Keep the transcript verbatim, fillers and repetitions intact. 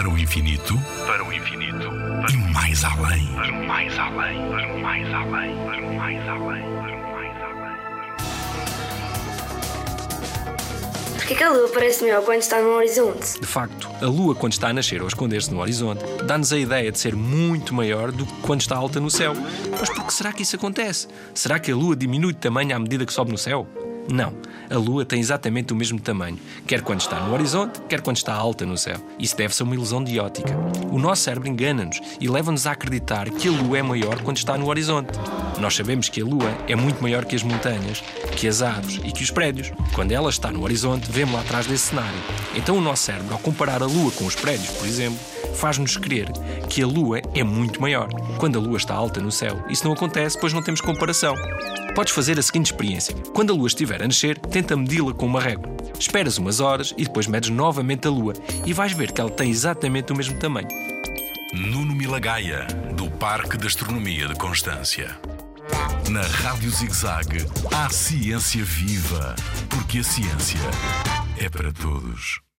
Para o infinito, para o infinito, para e mais além, para o mais além, para o mais além, para o mais além, para o mais além. Porquê que a Lua parece maior quando está no horizonte? De facto, a Lua, quando está a nascer ou a esconder-se no horizonte, dá-nos a ideia de ser muito maior do que quando está alta no céu. Mas por que será que isso acontece? Será que a Lua diminui de tamanho à medida que sobe no céu? Não, a Lua tem exatamente o mesmo tamanho, quer quando está no horizonte, quer quando está alta no céu. Isso deve ser uma ilusão de ótica. O nosso cérebro engana-nos e leva-nos a acreditar que a Lua é maior quando está no horizonte. Nós sabemos que a Lua é muito maior que as montanhas, que as árvores e que os prédios. Quando ela está no horizonte, vemos-la atrás desse cenário. Então o nosso cérebro, ao comparar a Lua com os prédios, por exemplo, faz-nos crer que a Lua é muito maior. Quando a Lua está alta no céu, isso não acontece, pois não temos comparação. Podes fazer a seguinte experiência. Quando a Lua estiver a nascer, tenta medi-la com uma régua. Esperas umas horas e depois medes novamente a Lua e vais ver que ela tem exatamente o mesmo tamanho. Nuno Milagaya, do Parque de Astronomia de Constância. Na Rádio Zig-Zag, há ciência viva, porque a ciência é para todos.